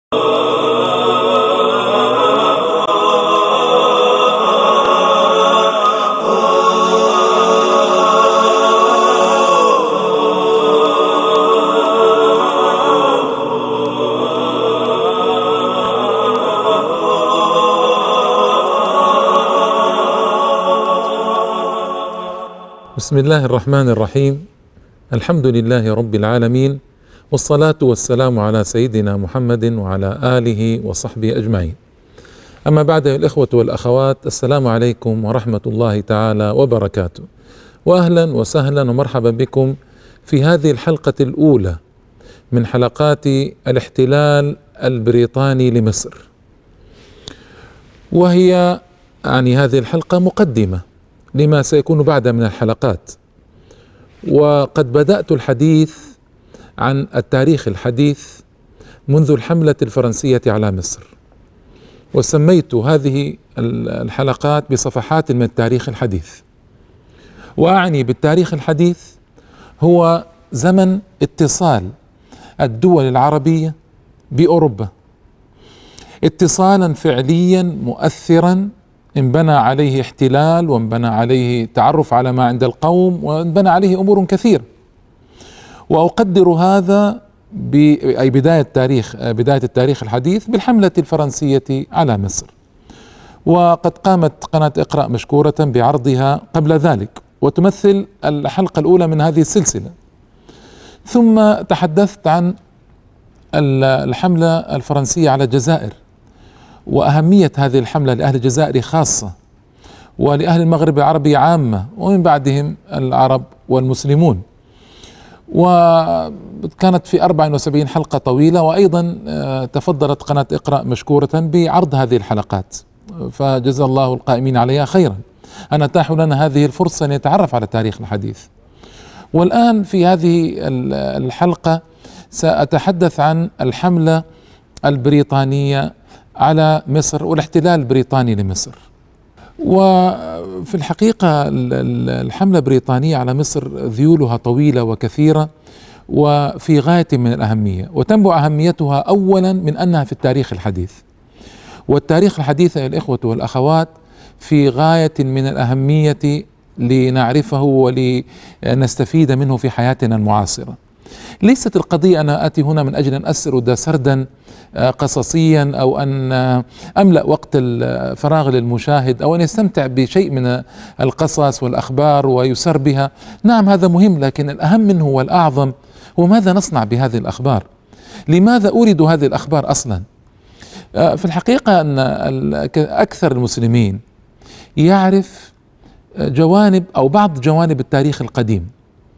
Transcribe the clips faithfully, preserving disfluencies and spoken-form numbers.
بسم الله الرحمن الرحيم. الحمد لله رب العالمين، والصلاة والسلام على سيدنا محمد وعلى آله وصحبه أجمعين. أما بعد، الإخوة والأخوات، السلام عليكم ورحمة الله تعالى وبركاته، وأهلا وسهلا ومرحبا بكم في هذه الحلقة الأولى من حلقات الاحتلال البريطاني لمصر. وهي يعني هذه الحلقة مقدمة لما سيكون بعد من الحلقات. وقد بدأت الحديث عن التاريخ الحديث منذ الحملة الفرنسية على مصر، وسميت هذه الحلقات بصفحات من التاريخ الحديث. وأعني بالتاريخ الحديث هو زمن اتصال الدول العربية بأوروبا، اتصالا فعليا مؤثرا انبنى عليه احتلال، وانبنى عليه تعرف على ما عند القوم، وانبنى عليه أمور كثيرة. وأقدر هذا أي بداية التاريخ بداية التاريخ الحديث بالحملة الفرنسية على مصر. وقد قامت قناة اقرأ مشكورة بعرضها قبل ذلك، وتمثل الحلقة الأولى من هذه السلسلة. ثم تحدثت عن الحملة الفرنسية على الجزائر، وأهمية هذه الحملة لأهل الجزائر خاصة، ولأهل المغرب العربي عامة، ومن بعدهم العرب والمسلمون. وكانت في أربع وسبعين حلقة طويلة، وأيضا تفضلت قناة اقرأ مشكورة بعرض هذه الحلقات، فجزا الله القائمين عليها خيرا أن أتاحوا لنا هذه الفرصة أن نتعرف على التاريخ الحديث. والآن في هذه الحلقة سأتحدث عن الحملة البريطانية على مصر والاحتلال البريطاني لمصر. وفي الحقيقة الحملة البريطانية على مصر ذيولها طويلة وكثيرة وفي غاية من الأهمية، وتنبع أهميتها أولا من أنها في التاريخ الحديث. والتاريخ الحديث يا الإخوة والأخوات في غاية من الأهمية لنعرفه ولنستفيد منه في حياتنا المعاصرة. ليست القضية أنا آتي هنا من أجل أن أسرد سردا قصصيا، أو أن أملأ وقت الفراغ للمشاهد، أو أن يستمتع بشيء من القصص والأخبار ويسر بها. نعم، هذا مهم، لكن الأهم منه والأعظم هو ماذا نصنع بهذه الأخبار؟ لماذا أورد هذه الأخبار أصلا؟ في الحقيقة أن أكثر المسلمين يعرف جوانب أو بعض جوانب التاريخ القديم.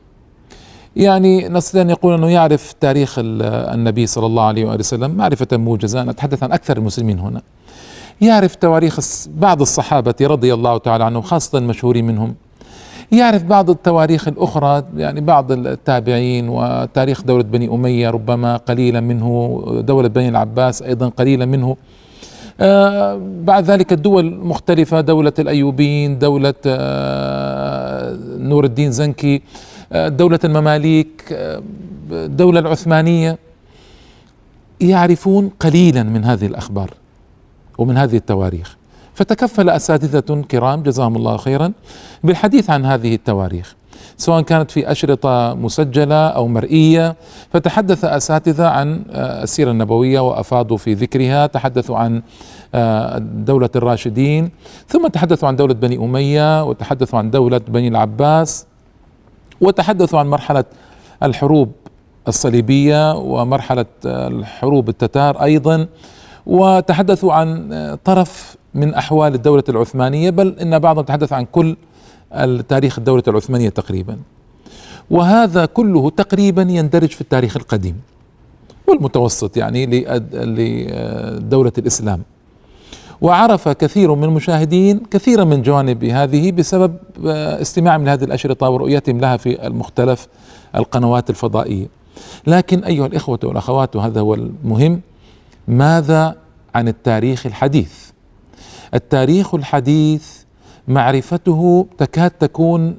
يعني نستطيع أن يقول أنه يعرف تاريخ النبي صلى الله عليه وآله وسلم معرفة موجزة، أنا أتحدث عن أكثر المسلمين هنا. يعرف تواريخ بعض الصحابة رضي الله تعالى عنهم، خاصة المشهورين منهم. يعرف بعض التواريخ الأخرى، يعني بعض التابعين، وتاريخ دولة بني أمية ربما قليلا منه، دولة بني العباس أيضا قليلا منه. آه بعد ذلك الدول مختلفة، دولة الأيوبيين، دولة آه نور الدين زنكي، دولة المماليك، الدولة العثمانية. يعرفون قليلا من هذه الأخبار ومن هذه التواريخ، فتكفل أساتذة كرام جزاهم الله خيرا بالحديث عن هذه التواريخ، سواء كانت في أشرطة مسجلة أو مرئية. فتحدث أساتذة عن السيرة النبوية وأفاضوا في ذكرها، تحدثوا عن دولة الراشدين، ثم تحدثوا عن دولة بني أمية، وتحدثوا عن دولة بني العباس، وتحدثوا عن مرحلة الحروب الصليبية ومرحلة الحروب التتار أيضا، وتحدثوا عن طرف من أحوال الدولة العثمانية، بل إن بعضهم تحدث عن كل التاريخ الدولة العثمانية تقريبا. وهذا كله تقريبا يندرج في التاريخ القديم والمتوسط، يعني لدولة الإسلام. وعرف كثير من المشاهدين كثيرا من جوانب هذه بسبب استماعهم لهذه الأشرطة ورؤيتهم لها في المختلف القنوات الفضائية. لكن أيها الإخوة والأخوات، وهذا هو المهم، ماذا عن التاريخ الحديث؟ التاريخ الحديث معرفته تكاد تكون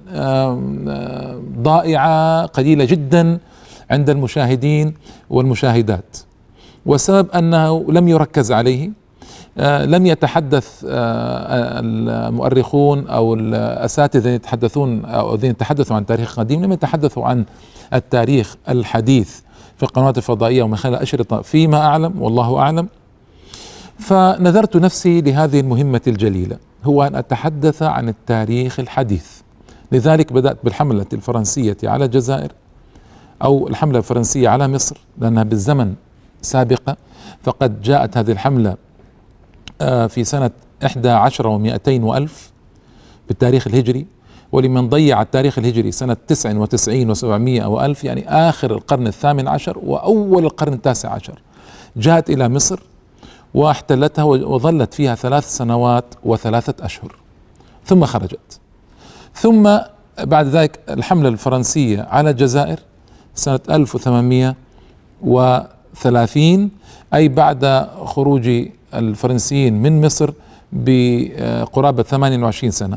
ضائعة قليلة جدا عند المشاهدين والمشاهدات. والسبب أنه لم يركز عليه. آه لم يتحدث آه المؤرخون أو الأساتذة الذين يتحدثون أو الذين تحدثوا عن التاريخ القديم لم يتحدثوا عن التاريخ الحديث في القنوات الفضائية ومن خلال أشرطة فيما أعلم والله أعلم. فنذرت نفسي لهذه المهمة الجليلة، هو أن أتحدث عن التاريخ الحديث. لذلك بدأت بالحملة الفرنسية على الجزائر أو الحملة الفرنسية على مصر لأنها بالزمن سابقة، فقد جاءت هذه الحملة في سنة إحدى عشر ومئتين وألف بالتاريخ الهجري، ولمن ضيع التاريخ الهجري سنة تسع وتسعين وسبعمائة وألف، يعني آخر القرن الثامن عشر وأول القرن التاسع عشر. جاءت إلى مصر واحتلتها وظلت فيها ثلاث سنوات وثلاثة أشهر ثم خرجت. ثم بعد ذلك الحملة الفرنسية على الجزائر سنة ألف وثمانمائة وثلاثين، أي بعد خروج الفرنسيين من مصر بقرابة ثمانية وعشرين سنة.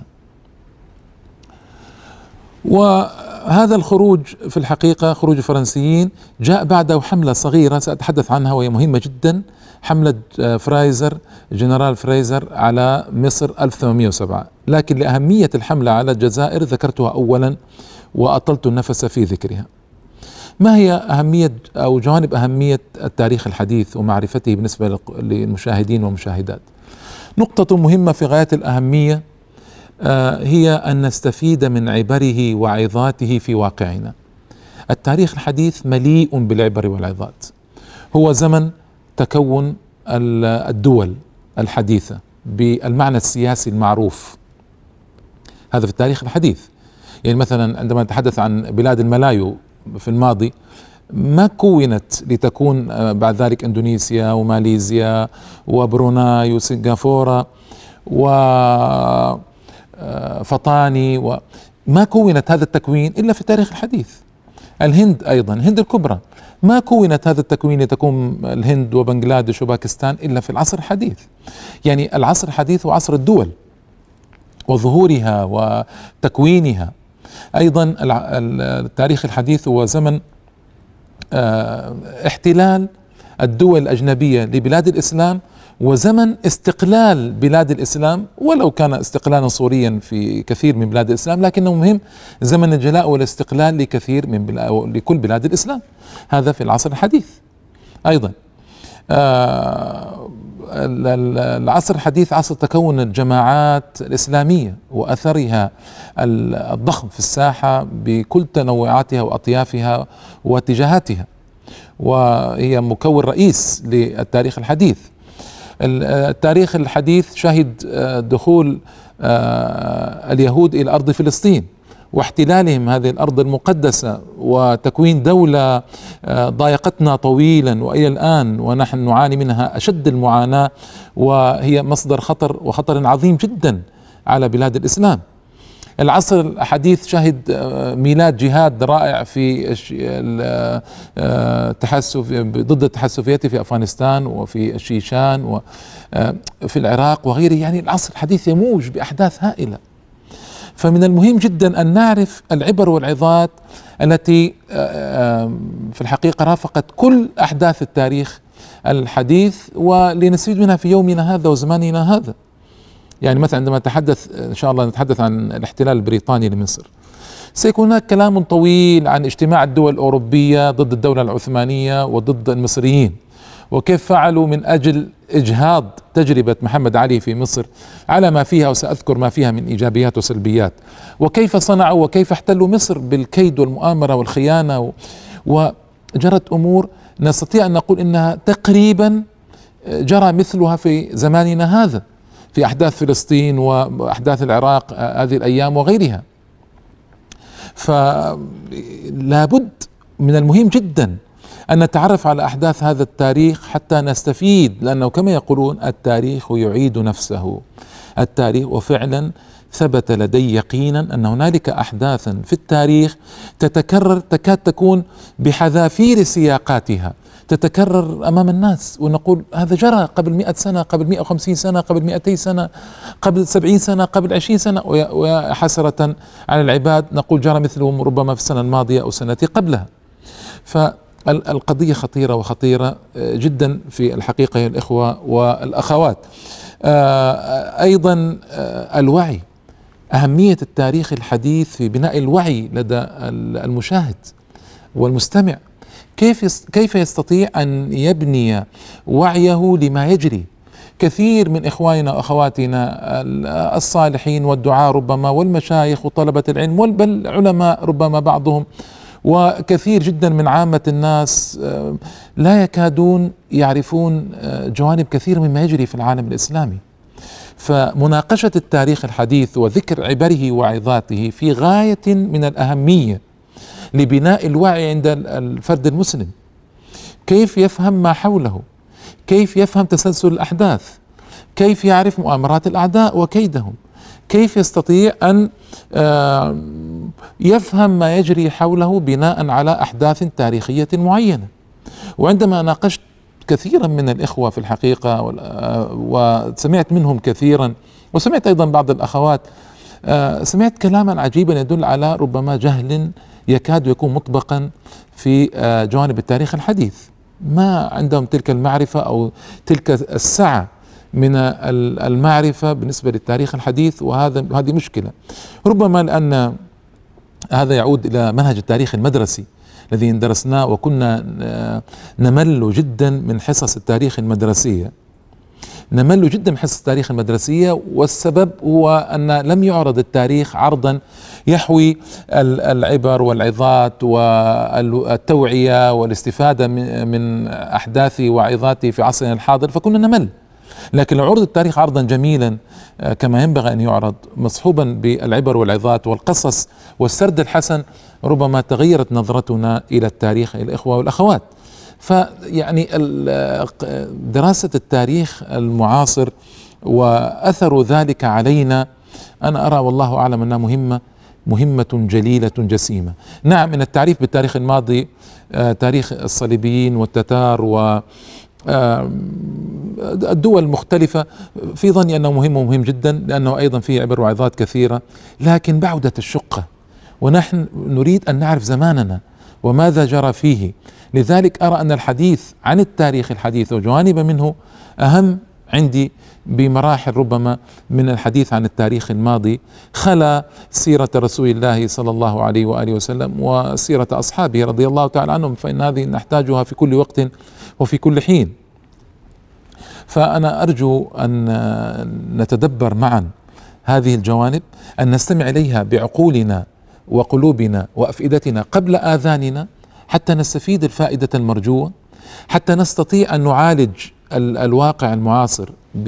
وهذا الخروج في الحقيقة خروج الفرنسيين جاء بعده حملة صغيرة سأتحدث عنها وهي مهمة جدا، حملة فرايزر جنرال فرايزر على مصر ألف وثمانمائة وسبعة، لكن لأهمية الحملة على الجزائر ذكرتها أولا وأطلت النفس في ذكرها. ما هي أهمية أو جوانب أهمية التاريخ الحديث ومعرفته بالنسبة للمشاهدين والمشاهدات؟ نقطة مهمة في غاية الأهمية هي أن نستفيد من عبره وعظاته في واقعنا. التاريخ الحديث مليء بالعبر والعظات، هو زمن تكون الدول الحديثة بالمعنى السياسي المعروف، هذا في التاريخ الحديث. يعني مثلا عندما نتحدث عن بلاد الملايو في الماضي ما كونت لتكون بعد ذلك اندونيسيا وماليزيا وبروناي وسنغافورة وفطاني، وما كونت هذا التكوين إلا في التاريخ الحديث. الهند أيضا، الهند الكبرى ما كونت هذا التكوين لتكون الهند وبنغلاديش وباكستان إلا في العصر الحديث. يعني العصر الحديث هو عصر الدول وظهورها وتكوينها. أيضا التاريخ الحديث هو زمن احتلال الدول الأجنبية لبلاد الإسلام وزمن استقلال بلاد الإسلام، ولو كان استقلالا صوريا في كثير من بلاد الإسلام، لكنه مهم زمن الجلاء والاستقلال لكثير من بلاد لكل بلاد الإسلام، هذا في العصر الحديث. أيضا العصر الحديث عصر تكون الجماعات الإسلامية وأثرها الضخم في الساحة بكل تنوعاتها وأطيافها واتجاهاتها، وهي مكون رئيس للتاريخ الحديث. التاريخ الحديث شهد دخول اليهود إلى أرض فلسطين واحتلالهم هذه الأرض المقدسة وتكوين دولة ضايقتنا طويلا وإلى الآن ونحن نعاني منها أشد المعاناة، وهي مصدر خطر وخطر عظيم جدا على بلاد الإسلام. العصر الحديث شهد ميلاد جهاد رائع في التحسف ضد التحسفيات في أفغانستان وفي الشيشان وفي العراق وغيره. يعني العصر الحديث يموج بأحداث هائلة، فمن المهم جدا أن نعرف العبر والعظات التي في الحقيقة رافقت كل أحداث التاريخ الحديث ولنستفيد منها في يومنا هذا وزماننا هذا. يعني مثلا عندما نتحدث إن شاء الله نتحدث عن الاحتلال البريطاني لمصر، سيكون هناك كلام طويل عن اجتماع الدول الأوروبية ضد الدولة العثمانية وضد المصريين، وكيف فعلوا من أجل إجهاض تجربة محمد علي في مصر على ما فيها، وسأذكر ما فيها من إيجابيات وسلبيات، وكيف صنعوا وكيف احتلوا مصر بالكيد والمؤامرة والخيانة، وجرت أمور نستطيع أن نقول إنها تقريبا جرى مثلها في زماننا هذا في أحداث فلسطين وأحداث العراق هذه الأيام وغيرها. فلا بد من المهم جدا أن نتعرف على أحداث هذا التاريخ حتى نستفيد، لأنه كما يقولون التاريخ يعيد نفسه. التاريخ وفعلا ثبت لدي يقينا أن هنالك أحداثا في التاريخ تتكرر تكاد تكون بحذافير سياقاتها، تتكرر أمام الناس ونقول هذا جرى قبل مئة سنة، قبل مئة وخمسين سنة، قبل مئتي سنة، قبل سبعين سنة، قبل عشرين سنة، وحسرة على العباد نقول جرى مثلهم ربما في السنة الماضية أو السنة قبلها. ف القضية خطيرة وخطيرة جدا في الحقيقة يا الإخوة والأخوات. أيضا الوعي، أهمية التاريخ الحديث في بناء الوعي لدى المشاهد والمستمع. كيف كيف يستطيع أن يبني وعيه لما يجري؟ كثير من إخواننا وأخواتنا الصالحين والدعاة ربما والمشايخ وطلبة العلم بل علماء ربما بعضهم، وكثير جدا من عامة الناس لا يكادون يعرفون جوانب كثيرة مما يجري في العالم الإسلامي. فمناقشة التاريخ الحديث وذكر عبره وعظاته في غاية من الأهمية لبناء الوعي عند الفرد المسلم. كيف يفهم ما حوله، كيف يفهم تسلسل الأحداث، كيف يعرف مؤامرات الأعداء وكيدهم، كيف يستطيع أن يفهم ما يجري حوله بناء على أحداث تاريخية معينة. وعندما ناقشت كثيرا من الإخوة في الحقيقة وسمعت منهم كثيرا، وسمعت أيضا بعض الأخوات، سمعت كلاما عجيبا يدل على ربما جهل يكاد يكون مطبقا في جوانب التاريخ الحديث. ما عندهم تلك المعرفة أو تلك السعة من المعرفة بالنسبة للتاريخ الحديث، وهذا هذه مشكلة. ربما لأن هذا يعود إلى منهج التاريخ المدرسي الذي درسناه، وكنا نمل جدا من حصص التاريخ المدرسية، نمل جدا من حصص التاريخ المدرسية. والسبب هو أن لم يعرض التاريخ عرضا يحوي العبر والعظات والتوعية والاستفادة من أحداثه وعظاته في عصرنا الحاضر، فكنا نمل. لكن لو عرض التاريخ عرضا جميلا كما ينبغي أن يعرض، مصحوبا بالعبر والعظات والقصص والسرد الحسن، ربما تغيرت نظرتنا إلى التاريخ الإخوة والأخوات. فيعني دراسة التاريخ المعاصر وأثر ذلك علينا، أنا أرى والله أعلم أنها مهمة مهمة جليلة جسيمة. نعم، إن التعريف بالتاريخ الماضي، تاريخ الصليبيين والتتار و الدول المختلفة، في ظني أنه مهم ومهم جدا، لأنه أيضا فيه عبر وعظات كثيرة، لكن بعدت الشقة ونحن نريد أن نعرف زماننا وماذا جرى فيه. لذلك أرى أن الحديث عن التاريخ الحديث وجوانب منه أهم عندي بمراحل ربما من الحديث عن التاريخ الماضي، خلا سيرة رسول الله صلى الله عليه وآله وسلم وسيرة أصحابه رضي الله تعالى عنهم، فإن هذه نحتاجها في كل وقت وفي كل حين. فأنا أرجو أن نتدبر معا هذه الجوانب، أن نستمع إليها بعقولنا وقلوبنا وأفئدتنا قبل آذاننا، حتى نستفيد الفائدة المرجوة، حتى نستطيع أن نعالج الواقع المعاصر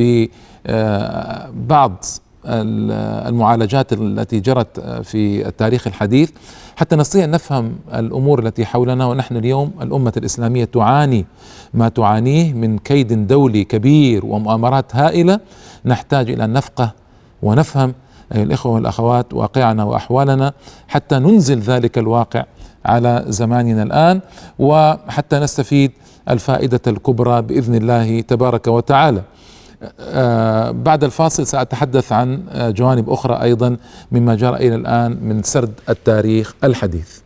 ببعض المعالجات التي جرت في التاريخ الحديث، حتى نستطيع أن نفهم الأمور التي حولنا. ونحن اليوم الأمة الإسلامية تعاني ما تعانيه من كيد دولي كبير ومؤامرات هائلة، نحتاج إلى أن نفقه ونفهم أيها الإخوة والأخوات واقعنا وأحوالنا، حتى ننزل ذلك الواقع على زماننا الآن، وحتى نستفيد الفائدة الكبرى بإذن الله تبارك وتعالى. آه بعد الفاصل سأتحدث عن آه جوانب أخرى أيضا مما جرى إلى الآن من سرد التاريخ الحديث.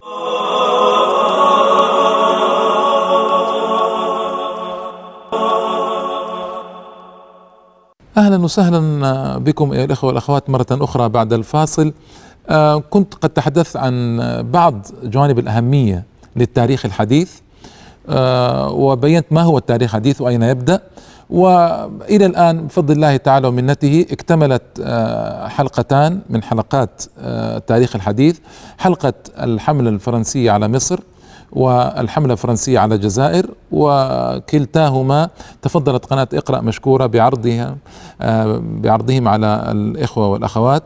أهلا وسهلا بكم أيها الأخوة والأخوات مرة أخرى بعد الفاصل. آه كنت قد تحدثت عن بعض جوانب الأهمية للتاريخ الحديث، آه وبينت ما هو التاريخ الحديث وأين يبدأ. وإلى الآن بفضل الله تعالى ومنته اكتملت آه حلقتان من حلقات آه التاريخ الحديث، حلقة الحملة الفرنسية على مصر والحملة الفرنسية على الجزائر، وكلتاهما تفضلت قناة اقرأ مشكورة بعرضها بعرضهم على الإخوة والأخوات.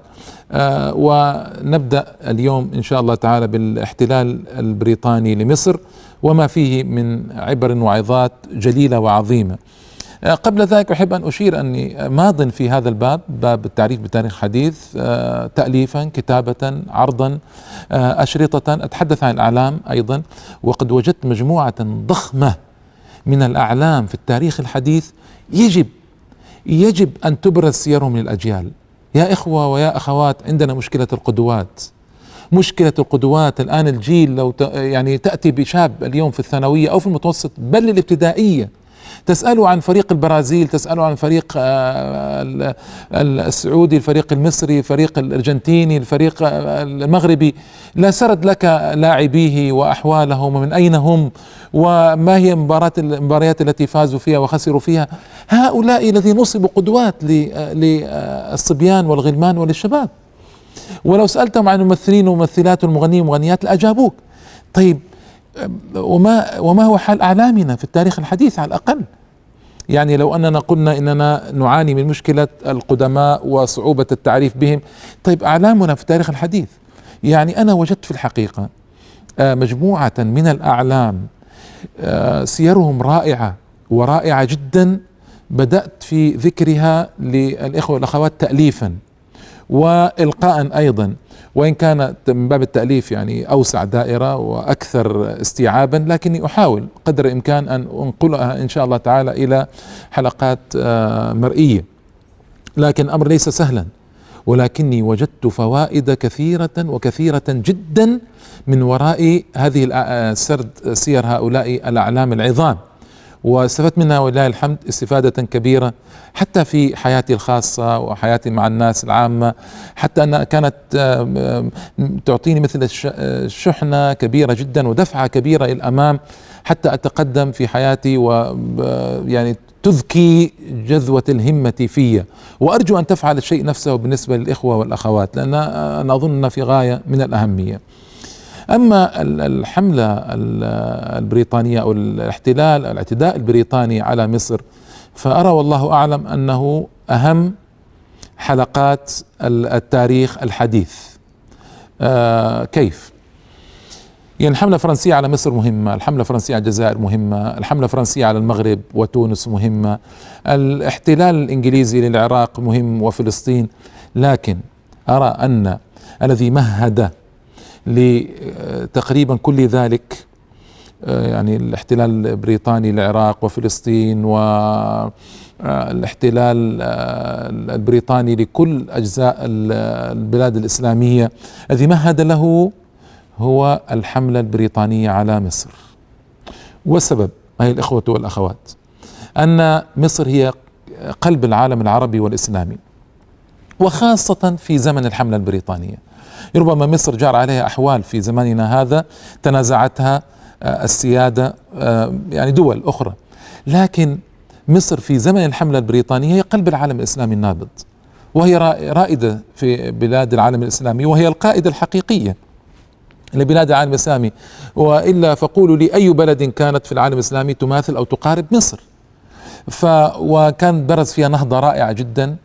ونبدأ اليوم إن شاء الله تعالى بالاحتلال البريطاني لمصر وما فيه من عبر وعظات جليلة وعظيمة. قبل ذلك أحب أن أشير أني ماض في هذا الباب، باب التعريف بتاريخ حديث، تأليفا، كتابة، عرضا، أشرطة، أتحدث عن الأعلام أيضا، وقد وجدت مجموعة ضخمة من الأعلام في التاريخ الحديث يجب يجب أن تبرز سيرهم للأجيال. يا إخوة ويا أخوات، عندنا مشكلة القدوات، مشكلة القدوات الآن، الجيل لو يعني تأتي بشاب اليوم في الثانوية أو في المتوسط بل الابتدائية، تسأله عن فريق البرازيل، تسأله عن فريق السعودي، الفريق المصري، الفريق الأرجنتيني، الفريق المغربي، لا سرد لك لاعبيه وأحوالهم ومن أين هم وما هي مباراة المباريات التي فازوا فيها وخسروا فيها. هؤلاء الذين نصبوا قدوات للصبيان والغلمان وللشباب، ولو سألتهم عن الممثلين والممثلات والمغنيين والمغنيات لأجابوك. طيب وما وما هو حال أعلامنا في التاريخ الحديث على الأقل؟ يعني لو أننا قلنا إننا نعاني من مشكلة القدماء وصعوبة التعريف بهم، طيب أعلامنا في التاريخ الحديث، يعني أنا وجدت في الحقيقة مجموعة من الأعلام سيرهم رائعة ورائعة جدا، بدأت في ذكرها للإخوة والأخوات تأليفا وإلقاء أيضا، وإن كانت من باب التأليف يعني أوسع دائرة وأكثر استيعابا، لكني أحاول قدر الإمكان أن أنقلها إن شاء الله تعالى إلى حلقات مرئية، لكن الأمر ليس سهلا، ولكني وجدت فوائد كثيرة وكثيرة جدا من وراء هذه سرد سير هؤلاء الأعلام العظام، واستفدت منها ولله الحمد استفادة كبيرة حتى في حياتي الخاصة وحياتي مع الناس العامة، حتى أنها كانت تعطيني مثل شحنة كبيرة جدا ودفعة كبيرة إلى الأمام حتى أتقدم في حياتي، ويعني تذكي جذوة الهمة في، وأرجو أن تفعل الشيء نفسه بالنسبة للإخوة والأخوات، لأن أنا أظن في غاية من الأهمية. أما الحملة البريطانية أو الاحتلال الاعتداء البريطاني على مصر، فأرى والله أعلم أنه أهم حلقات التاريخ الحديث. آه كيف؟ يعني الحملة الفرنسية على مصر مهمة، الحملة الفرنسية على الجزائر مهمة، الحملة الفرنسية على المغرب وتونس مهمة، الاحتلال الإنجليزي للعراق مهم وفلسطين، لكن أرى أن الذي مهد لتقريبا كل ذلك يعني الاحتلال البريطاني للعراق وفلسطين والاحتلال البريطاني لكل أجزاء البلاد الإسلامية، الذي مهد له هو الحملة البريطانية على مصر. والسبب أيها الإخوة والأخوات أن مصر هي قلب العالم العربي والإسلامي، وخاصة في زمن الحملة البريطانية. ربما مصر جار عليها أحوال في زماننا هذا تنازعتها السيادة يعني دول أخرى، لكن مصر في زمن الحملة البريطانية هي قلب العالم الإسلامي النابض، وهي رائدة في بلاد العالم الإسلامي، وهي القائدة الحقيقية لبلاد العالم الإسلامي، وإلا فقولوا لي أي بلد كانت في العالم الإسلامي تماثل أو تقارب مصر. ف وكان برز فيها نهضة رائعة جدا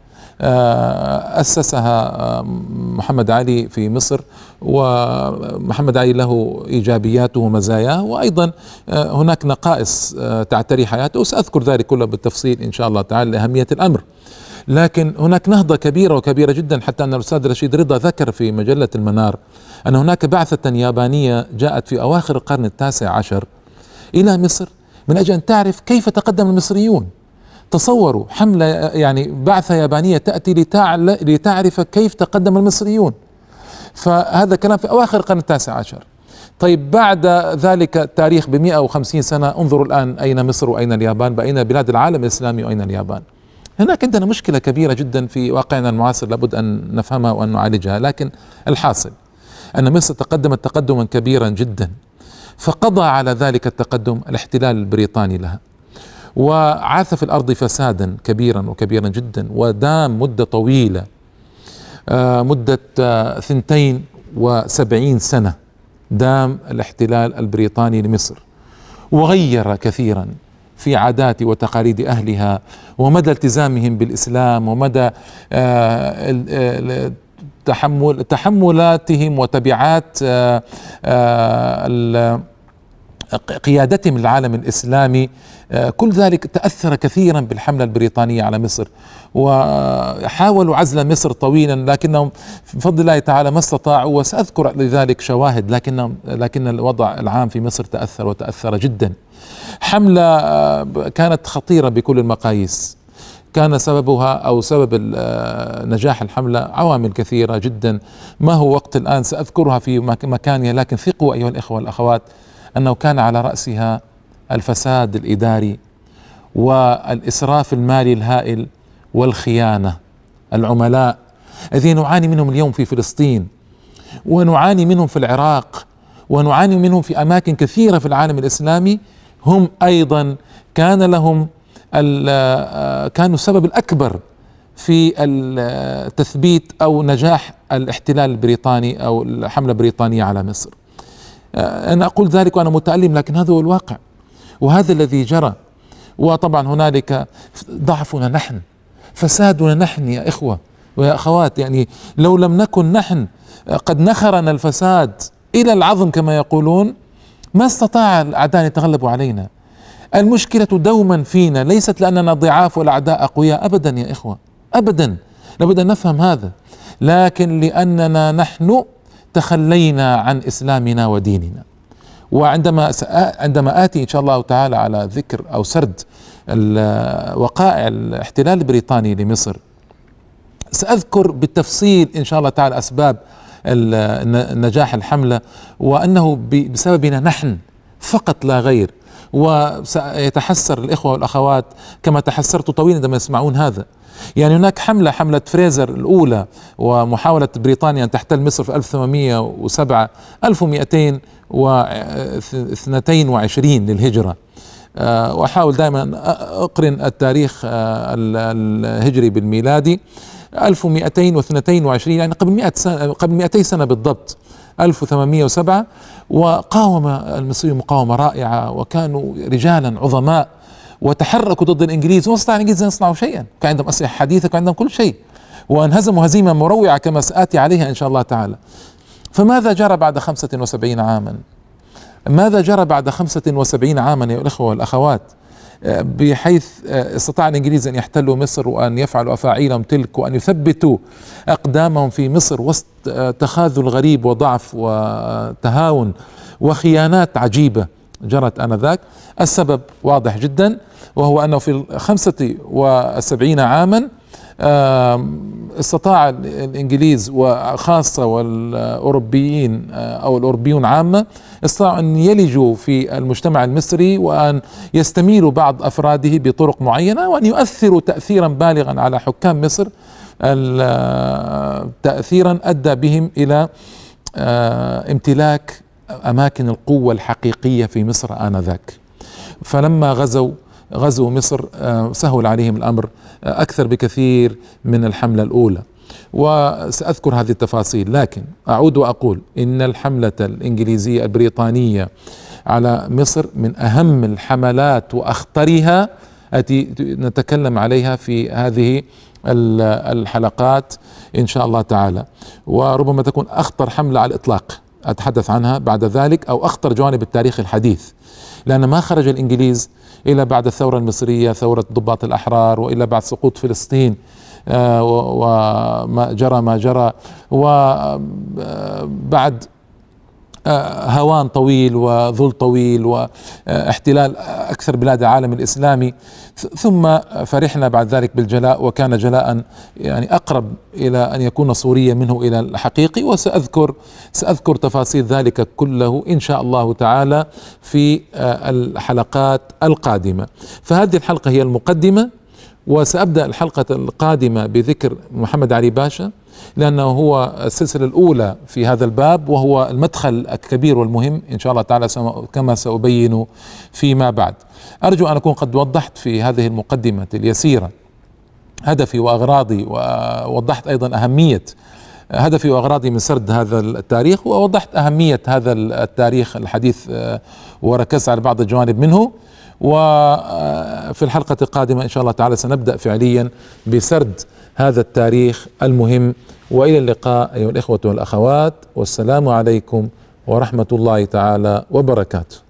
أسسها محمد علي في مصر، ومحمد علي له إيجابياته ومزاياه، وأيضا هناك نقائص تعتري حياته، وسأذكر ذلك كله بالتفصيل إن شاء الله تعالى لأهمية الأمر. لكن هناك نهضة كبيرة وكبيرة جدا، حتى أن الأستاذ رشيد رضا ذكر في مجلة المنار أن هناك بعثة يابانية جاءت في أواخر القرن التاسع عشر إلى مصر من أجل أن تعرف كيف تقدم المصريون. تصوروا حملة يعني بعثة يابانية تأتي لتعرف كيف تقدم المصريون، فهذا كلام في أواخر القرن التاسع عشر. طيب بعد ذلك التاريخ بمئة وخمسين سنة، انظروا الآن أين مصر وأين اليابان، بأين بلاد العالم الإسلامي وأين اليابان. هناك عندنا مشكلة كبيرة جدا في واقعنا المعاصر لابد أن نفهمها وأن نعالجها، لكن الحاصل أن مصر تقدمت تقدما كبيرا جدا، فقضى على ذلك التقدم الاحتلال البريطاني لها، وعاث في الأرض فسادا كبيرا وكبيرا جدا، ودام مدة طويلة مدة ثنتين وسبعين سنة دام الاحتلال البريطاني لمصر، وغير كثيرا في عادات وتقاليد أهلها ومدى التزامهم بالإسلام ومدى تحمل تحملاتهم وتبعات قيادتهم للعالم الإسلامي. كل ذلك تأثر كثيرا بالحملة البريطانية على مصر، وحاولوا عزل مصر طويلا لكنهم بفضل الله تعالى ما استطاعوا، وسأذكر لذلك شواهد، لكن لكن الوضع العام في مصر تأثر وتأثر جدا. حملة كانت خطيرة بكل المقاييس، كان سببها أو سبب نجاح الحملة عوامل كثيرة جدا، ما هو وقت الآن سأذكرها في مكانها، لكن ثقوا أيها الإخوة والأخوات أنه كان على رأسها الفساد الإداري والإسراف المالي الهائل والخيانة. العملاء الذين نعاني منهم اليوم في فلسطين، ونعاني منهم في العراق، ونعاني منهم في أماكن كثيرة في العالم الإسلامي، هم أيضا كان لهم كانوا السبب الأكبر في تثبيت أو نجاح الاحتلال البريطاني أو الحملة البريطانية على مصر. أنا أقول ذلك وأنا متألم، لكن هذا هو الواقع وهذا الذي جرى. وطبعا هنالك ضعفنا نحن، فسادنا نحن يا إخوة ويا أخوات، يعني لو لم نكن نحن قد نخرنا الفساد إلى العظم كما يقولون ما استطاع الأعداء أن يتغلبوا علينا. المشكلة دوما فينا، ليست لأننا ضعاف ولا أعداء أقوياء أبدا يا إخوة، أبدا، لابد أن نفهم هذا، لكن لأننا نحن تخلينا عن إسلامنا وديننا. وعندما عندما آتي إن شاء الله تعالى على ذكر أو سرد وقائع الاحتلال البريطاني لمصر، سأذكر بالتفصيل إن شاء الله تعالى أسباب نجاح الحملة، وأنه بسببنا نحن فقط لا غير. وسيتحسر الإخوة والأخوات كما تحسرت طويلا عندما يسمعون هذا. يعني هناك حملة حملة فريزر الأولى ومحاولة بريطانيا أن تحتل مصر في ألف وثمانمائة وسبعة ألف ومئتين واثنين وعشرين للهجرة. وأحاول دائما أقرن التاريخ الهجري بالميلادي، ألف ومئتين واثنين وعشرين يعني قبل مئة سنة، قبل مئتي سنة بالضبط، ألف وثمانمائة وسبعة. وقاوم المصريون مقاومة رائعة، وكانوا رجالا عظماء وتحركوا ضد الإنجليز، وما استطاع الإنجليز أن يصنعوا شيئا، كان عندهم أسلحة حديثة، كان عندهم كل شيء، وانهزموا هزيمة مروعة كما سآتي عليها إن شاء الله تعالى. فماذا جرى بعد خمسة وسبعين عاما؟ ماذا جرى بعد خمسة وسبعين عاما يا الإخوة والأخوات؟ بحيث استطاع الإنجليز أن يحتلوا مصر وأن يفعلوا أفاعيلهم تلك، وأن يثبتوا أقدامهم في مصر وسط تخاذل غريب وضعف وتهاون وخيانات عجيبة جرت آنذاك. السبب واضح جدا، وهو أنه في خمسة وسبعين عاما استطاع الإنجليز وخاصة والأوروبيين أو الأوروبيون عامة استطاعوا أن يلجوا في المجتمع المصري، وأن يستميلوا بعض أفراده بطرق معينة، وأن يؤثروا تأثيرا بالغا على حكام مصر، تأثيرا أدى بهم إلى امتلاك أماكن القوة الحقيقية في مصر آنذاك. فلما غزوا غزوا مصر سهل عليهم الأمر أكثر بكثير من الحملة الأولى، وسأذكر هذه التفاصيل. لكن أعود وأقول إن الحملة الإنجليزية البريطانية على مصر من أهم الحملات وأخطرها التي نتكلم عليها في هذه الحلقات إن شاء الله تعالى، وربما تكون أخطر حملة على الإطلاق أتحدث عنها بعد ذلك، أو أخطر جوانب التاريخ الحديث، لأن ما خرج الإنجليز إلى بعد الثورة المصرية، ثورة ضباط الأحرار، وإلى بعد سقوط فلسطين وما جرى ما جرى، وبعد هوان طويل وذل طويل واحتلال أكثر بلاد العالم الإسلامي، ثم فرحنا بعد ذلك بالجلاء، وكان جلاء يعني أقرب إلى أن يكون صوريا منه إلى الحقيقي. وسأذكر سأذكر تفاصيل ذلك كله إن شاء الله تعالى في الحلقات القادمة. فهذه الحلقة هي المقدمة، وسأبدأ الحلقة القادمة بذكر محمد علي باشا، لأنه هو السلسلة الأولى في هذا الباب، وهو المدخل الكبير والمهم إن شاء الله تعالى كما سأبين فيما بعد. أرجو أن أكون قد وضحت في هذه المقدمة اليسيرة هدفي وأغراضي، ووضحت أيضا أهمية هدفي وأغراضي من سرد هذا التاريخ، ووضحت أهمية هذا التاريخ الحديث وركزت على بعض الجوانب منه. وفي الحلقة القادمة إن شاء الله تعالى سنبدأ فعليا بسرد هذا التاريخ المهم. وإلى اللقاء أيها الإخوة والأخوات، والسلام عليكم ورحمة الله تعالى وبركاته.